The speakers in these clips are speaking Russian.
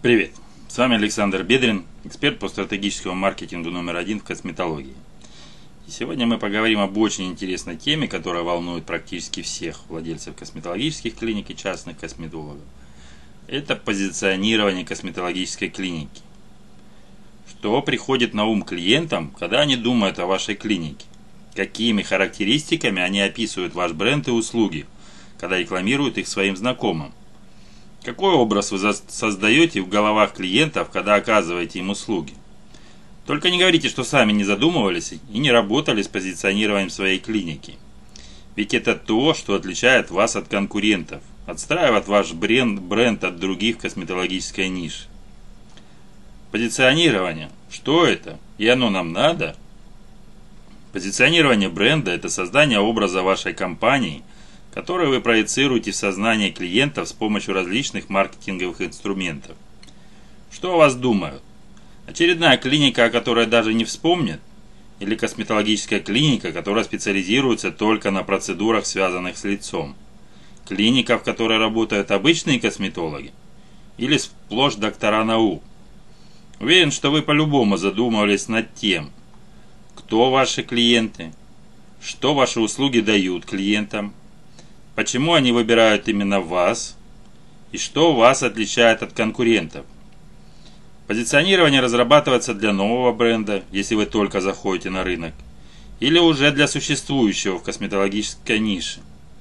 Привет! С вами Александр Бедрин, эксперт по стратегическому маркетингу номер 1 в косметологии. И сегодня мы поговорим об очень интересной теме, которая волнует практически всех владельцев косметологических клиник и частных косметологов. Это позиционирование косметологической клиники. Что приходит на ум клиентам, когда они думают о вашей клинике? Какими характеристиками они описывают ваш бренд и услуги, когда рекламируют их своим знакомым? Какой образ вы создаете в головах клиентов, когда оказываете им услуги? Только не говорите, что сами не задумывались и не работали с позиционированием своей клиники. Ведь это то, что отличает вас от конкурентов, отстраивает ваш бренд от других в косметологической нише. Позиционирование. Что это? И оно нам надо? Позиционирование бренда – это создание образа вашей компании, которые вы проецируете в сознание клиентов с помощью различных маркетинговых инструментов. Что о вас думают? Очередная клиника, о которой даже не вспомнят? Или косметологическая клиника, которая специализируется только на процедурах, связанных с лицом? Клиника, в которой работают обычные косметологи? Или сплошь доктора наук? Уверен, что вы по-любому задумывались над тем, кто ваши клиенты, что ваши услуги дают клиентам, почему они выбирают именно вас и что вас отличает от конкурентов. Позиционирование разрабатывается для нового бренда, если вы только заходите на рынок, или уже для существующего в косметологической нише.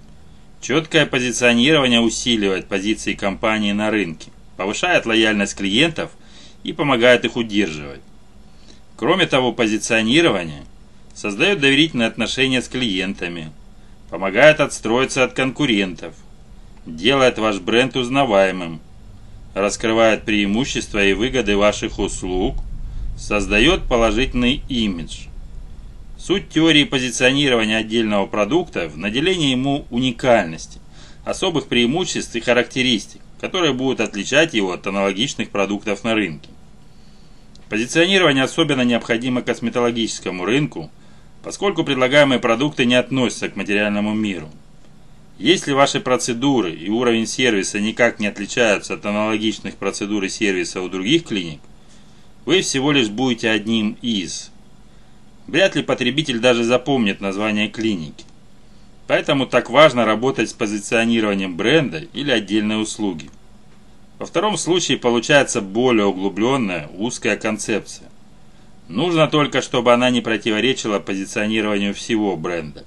Четкое позиционирование усиливает позиции компании на рынке, повышает лояльность клиентов и помогает их удерживать. Кроме того, позиционирование создает доверительные отношения с клиентами, помогает отстроиться от конкурентов, делает ваш бренд узнаваемым, раскрывает преимущества и выгоды ваших услуг, создает положительный имидж. Суть теории позиционирования отдельного продукта в наделении ему уникальности, особых преимуществ и характеристик, которые будут отличать его от аналогичных продуктов на рынке. Позиционирование особенно необходимо косметологическому рынку, поскольку предлагаемые продукты не относятся к материальному миру. Если ваши процедуры и уровень сервиса никак не отличаются от аналогичных процедур и сервиса у других клиник, вы всего лишь будете одним из. Вряд ли потребитель даже запомнит название клиники. Поэтому так важно работать с позиционированием бренда или отдельной услуги. Во втором случае получается более углубленная, узкая концепция. Нужно только, чтобы она не противоречила позиционированию всего бренда.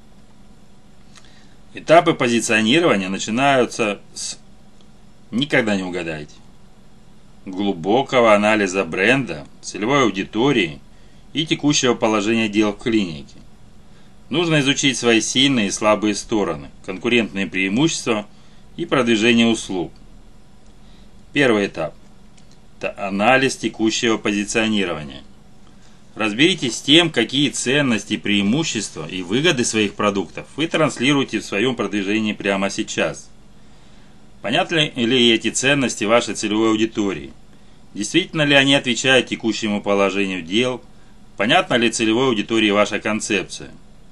Этапы позиционирования начинаются с «никогда не угадаете» глубокого анализа бренда, целевой аудитории и текущего положения дел в клинике. Нужно изучить свои сильные и слабые стороны, конкурентные преимущества и продвижение услуг. Первый этап – это анализ текущего позиционирования. Разберитесь с тем, какие ценности, преимущества и выгоды своих продуктов вы транслируете в своем продвижении прямо сейчас. Понятны ли эти ценности вашей целевой аудитории? Действительно ли они отвечают текущему положению дел? Понятна ли целевой аудитории ваша концепция?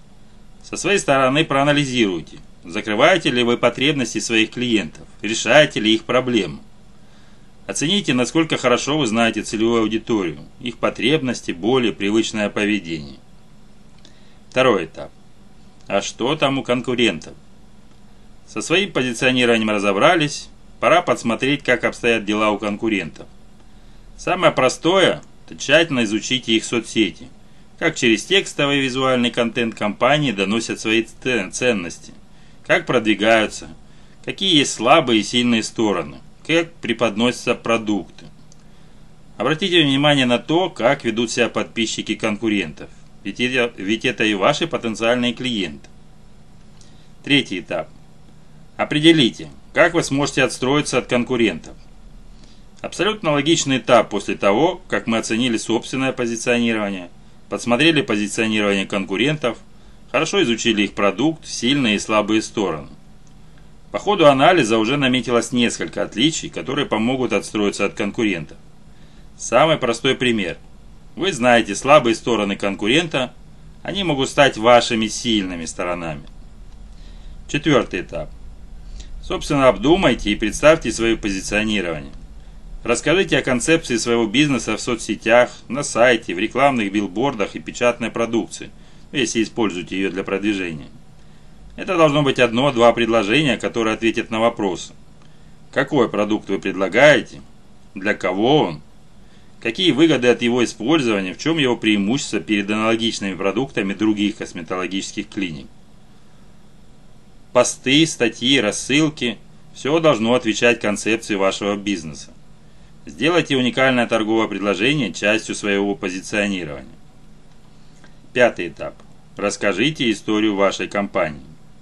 Со своей стороны проанализируйте, закрываете ли вы потребности своих клиентов, решаете ли их проблемы. Оцените, насколько хорошо вы знаете целевую аудиторию, их потребности, боли, привычное поведение. Второй этап. А что там у конкурентов? Со своим позиционированием разобрались, пора подсмотреть, как обстоят дела у конкурентов. Самое простое – это тщательно изучите их соцсети, как через текстовый и визуальный контент компании доносят свои ценности, как продвигаются, какие есть слабые и сильные стороны, как преподносятся продукты. Обратите внимание на то, как ведут себя подписчики конкурентов, ведь это и ваши потенциальные клиенты. Третий этап. Определите, как вы сможете отстроиться от конкурентов. Абсолютно логичный этап после того, как мы оценили собственное позиционирование, подсмотрели позиционирование конкурентов, хорошо изучили их продукт, сильные и слабые стороны. По ходу анализа уже наметилось несколько отличий, которые помогут отстроиться от конкурентов. Самый простой пример. Вы знаете слабые стороны конкурента, они могут стать вашими сильными сторонами. Четвертый этап. Собственно, обдумайте и представьте свое позиционирование. Расскажите о концепции своего бизнеса в соцсетях, на сайте, в рекламных билбордах и печатной продукции, если используете ее для продвижения. Это должно быть 1-2 предложения, которые ответят на вопросы. Какой продукт вы предлагаете? Для кого он? Какие выгоды от его использования? В чем его преимущество перед аналогичными продуктами других косметологических клиник? Посты, статьи, рассылки – все должно отвечать концепции вашего бизнеса. Сделайте уникальное торговое предложение частью своего позиционирования. 5-й этап. Расскажите историю вашей компании.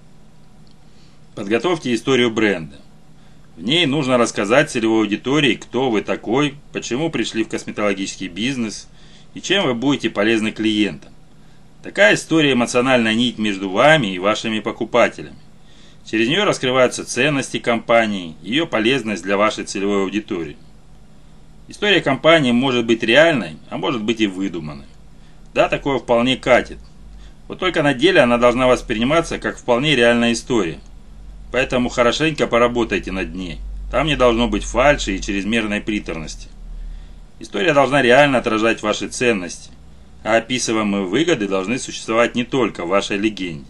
Подготовьте историю бренда. В ней нужно рассказать целевой аудитории, кто вы такой, почему пришли в косметологический бизнес и чем вы будете полезны клиентам. Такая история – эмоциональная нить между вами и вашими покупателями. Через нее раскрываются ценности компании, ее полезность для вашей целевой аудитории. История компании может быть реальной, а может быть и выдуманной. Да, такое вполне катит. Вот только на деле она должна восприниматься как вполне реальная история. Поэтому хорошенько поработайте над ней. Там не должно быть фальши и чрезмерной приторности. История должна реально отражать ваши ценности, а описываемые выгоды должны существовать не только в вашей легенде.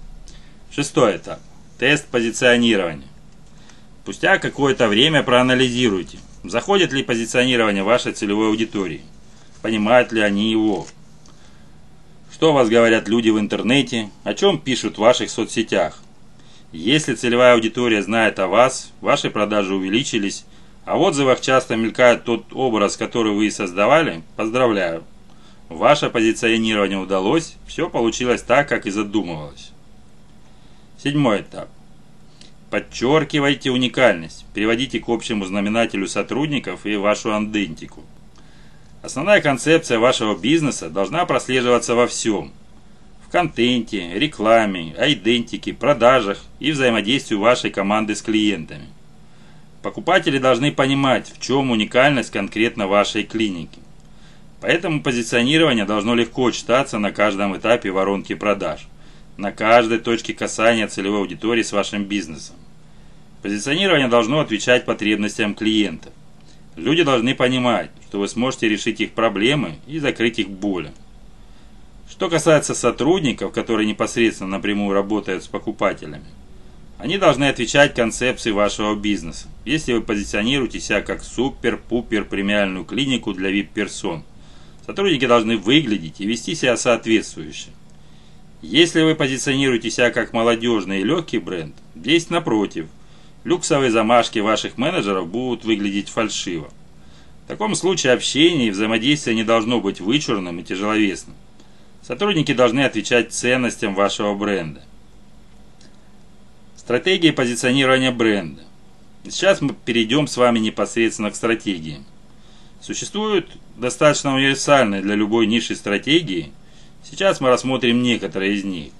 6-й этап. Тест позиционирования. Спустя какое-то время проанализируйте, заходит ли позиционирование вашей целевой аудитории, понимают ли они его, что о вас говорят люди в интернете, о чем пишут в ваших соцсетях. Если целевая аудитория знает о вас, ваши продажи увеличились, а в отзывах часто мелькает тот образ, который вы и создавали, поздравляю. Ваше позиционирование удалось, все получилось так, как и задумывалось. 7-й этап. Подчеркивайте уникальность, переводите к общему знаменателю сотрудников и вашу идентику. Основная концепция вашего бизнеса должна прослеживаться во всем. В контенте, рекламе, идентике, продажах и взаимодействии вашей команды с клиентами. Покупатели должны понимать, в чем уникальность конкретно вашей клиники. Поэтому позиционирование должно легко читаться на каждом этапе воронки продаж, на каждой точке касания целевой аудитории с вашим бизнесом. Позиционирование должно отвечать потребностям клиентов. Люди должны понимать, что вы сможете решить их проблемы и закрыть их боли. Что касается сотрудников, которые непосредственно напрямую работают с покупателями, они должны отвечать концепции вашего бизнеса. Если вы позиционируете себя как супер-пупер премиальную клинику для VIP-персон, сотрудники должны выглядеть и вести себя соответствующе. Если вы позиционируете себя как молодежный и легкий бренд, здесь напротив, люксовые замашки ваших менеджеров будут выглядеть фальшиво. В таком случае общение и взаимодействие не должно быть вычурным и тяжеловесным. Сотрудники должны отвечать ценностям вашего бренда. Стратегия позиционирования бренда. Сейчас мы перейдем с вами непосредственно к стратегии. Существуют достаточно универсальные для любой ниши стратегии. Сейчас мы рассмотрим некоторые из них.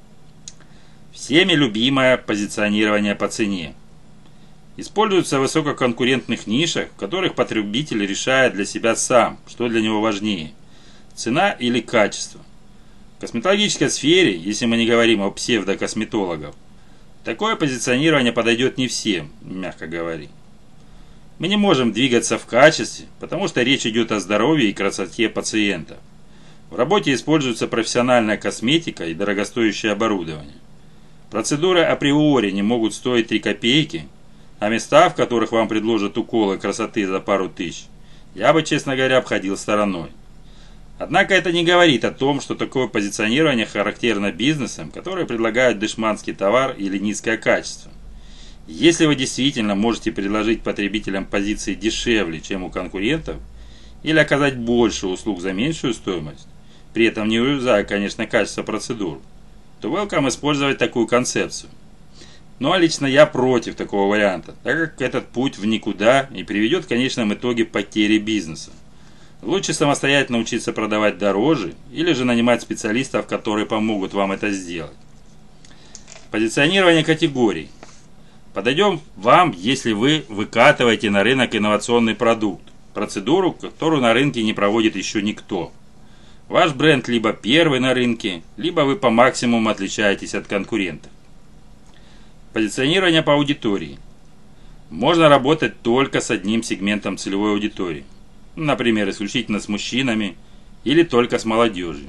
Всеми любимое позиционирование по цене. Используется в высококонкурентных нишах, в которых потребитель решает для себя сам, что для него важнее – цена или качество. В косметологической сфере, если мы не говорим о псевдокосметологах, такое позиционирование подойдет не всем, мягко говоря. Мы не можем двигаться в качестве, потому что речь идет о здоровье и красоте пациента. В работе используется профессиональная косметика и дорогостоящее оборудование. Процедуры априори не могут стоить 3 копейки, а места, в которых вам предложат уколы красоты за пару тысяч, я бы, честно говоря, обходил стороной. Однако это не говорит о том, что такое позиционирование характерно бизнесам, которые предлагают дешманский товар или низкое качество. Если вы действительно можете предложить потребителям позиции дешевле, чем у конкурентов, или оказать больше услуг за меньшую стоимость, при этом не урезая, конечно, качество процедур, то welcome использовать такую концепцию. Ну а лично я против такого варианта, так как этот путь в никуда и приведет в конечном итоге к потере бизнеса. Лучше самостоятельно учиться продавать дороже или же нанимать специалистов, которые помогут вам это сделать. Позиционирование категорий. Подойдем вам, если вы выкатываете на рынок инновационный продукт, процедуру, которую на рынке не проводит еще никто. Ваш бренд либо первый на рынке, либо вы по максимуму отличаетесь от конкурентов. Позиционирование по аудитории. Можно работать только с одним сегментом целевой аудитории. Например, исключительно с мужчинами или только с молодежью.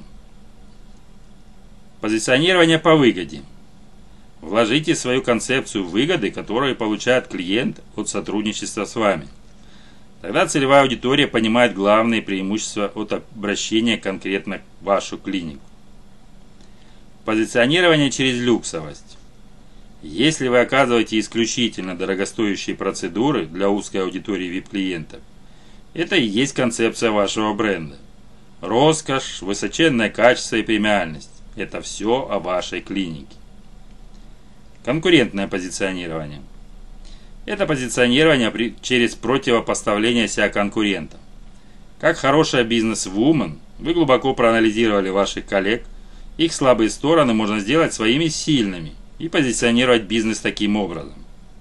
Позиционирование по выгоде. Вложите свою концепцию выгоды, которую получает клиент от сотрудничества с вами. Тогда целевая аудитория понимает главные преимущества от обращения конкретно в вашу клинику. Позиционирование через люксовость. Если вы оказываете исключительно дорогостоящие процедуры для узкой аудитории VIP-клиентов, это и есть концепция вашего бренда. Роскошь, высоченное качество и премиальность – это все о вашей клинике. Конкурентное позиционирование. Это позиционирование через противопоставление себя конкурентам. Как хорошая бизнес-вумен, вы глубоко проанализировали ваших коллег, их слабые стороны можно сделать своими сильными и позиционировать бизнес таким образом.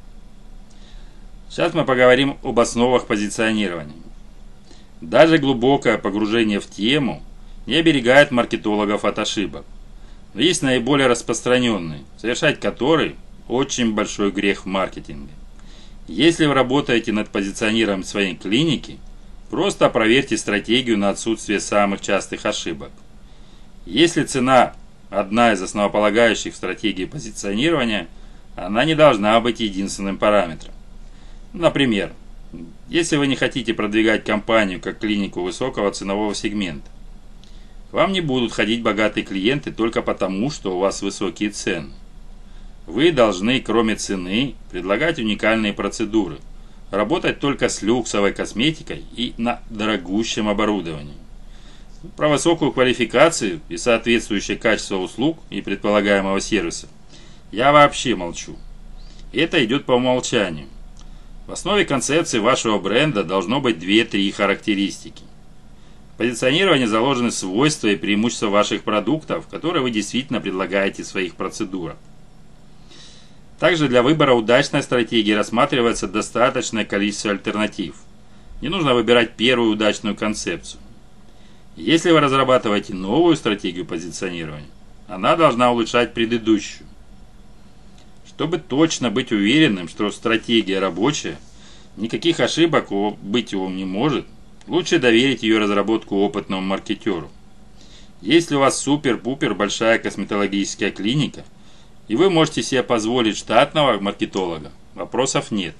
Сейчас мы поговорим об основах позиционирования. Даже глубокое погружение в тему не оберегает маркетологов от ошибок. Но есть наиболее распространенные, совершать которые очень большой грех в маркетинге. Если вы работаете над позиционированием своей клиники, просто проверьте стратегию на отсутствие самых частых ошибок. Если цена одна из основополагающих стратегий позиционирования, она не должна быть единственным параметром. Например, если вы не хотите продвигать компанию как клинику высокого ценового сегмента, к вам не будут ходить богатые клиенты только потому, что у вас высокие цены. Вы должны, кроме цены, предлагать уникальные процедуры, работать только с люксовой косметикой и на дорогущем оборудовании. Про высокую квалификацию и соответствующее качество услуг и предполагаемого сервиса я вообще молчу. Это идет по умолчанию. В основе концепции вашего бренда должно быть 2-3 характеристики. В позиционировании заложены свойства и преимущества ваших продуктов, которые вы действительно предлагаете в своих процедурах. Также для выбора удачной стратегии рассматривается достаточное количество альтернатив. Не нужно выбирать первую удачную концепцию. Если вы разрабатываете новую стратегию позиционирования, она должна улучшать предыдущую. Чтобы точно быть уверенным, что стратегия рабочая, никаких ошибок быть не может, лучше доверить ее разработку опытному маркетеру. Если у вас супер-пупер большая косметологическая клиника, и вы можете себе позволить штатного маркетолога, вопросов нет.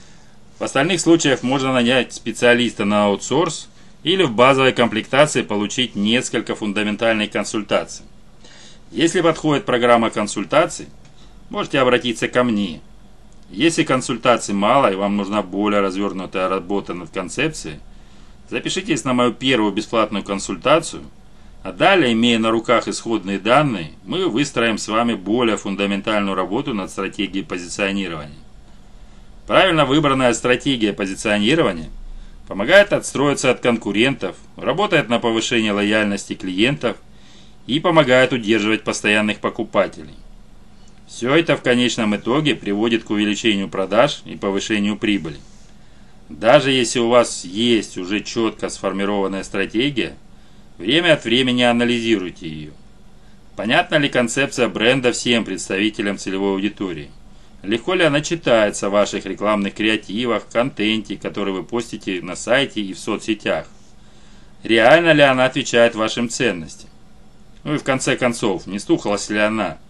В остальных случаях можно нанять специалиста на аутсорс или в базовой комплектации получить несколько фундаментальных консультаций. Если подходит программа консультаций, можете обратиться ко мне. Если консультаций мало и вам нужна более развернутая работа над концепцией, запишитесь на мою первую бесплатную консультацию, а далее, имея на руках исходные данные, мы выстроим с вами более фундаментальную работу над стратегией позиционирования. Правильно выбранная стратегия позиционирования помогает отстроиться от конкурентов, работает на повышение лояльности клиентов и помогает удерживать постоянных покупателей. Все это в конечном итоге приводит к увеличению продаж и повышению прибыли. Даже если у вас есть уже четко сформированная стратегия, время от времени анализируйте ее. Понятна ли концепция бренда всем представителям целевой аудитории? Легко ли она читается в ваших рекламных креативах, контенте, который вы постите на сайте и в соцсетях? Реально ли она отвечает вашим ценностям? Ну и в конце концов, не стухлась ли она?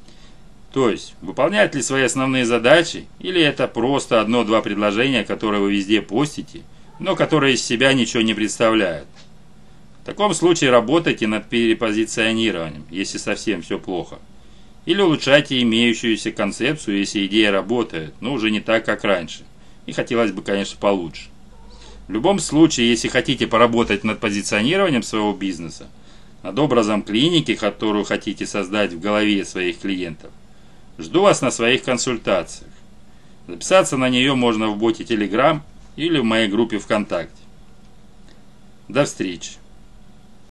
То есть, выполняет ли свои основные задачи, или это просто 1-2 предложения, которые вы везде постите, но которые из себя ничего не представляют? В таком случае работайте над перепозиционированием, если совсем все плохо. Или улучшайте имеющуюся концепцию, если идея работает, но уже не так, как раньше. И хотелось бы, конечно, получше. В любом случае, если хотите поработать над позиционированием своего бизнеса, над образом клиники, которую хотите создать в голове своих клиентов, жду вас на своих консультациях. Записаться на нее можно в боте Telegram или в моей группе ВКонтакте. До встречи.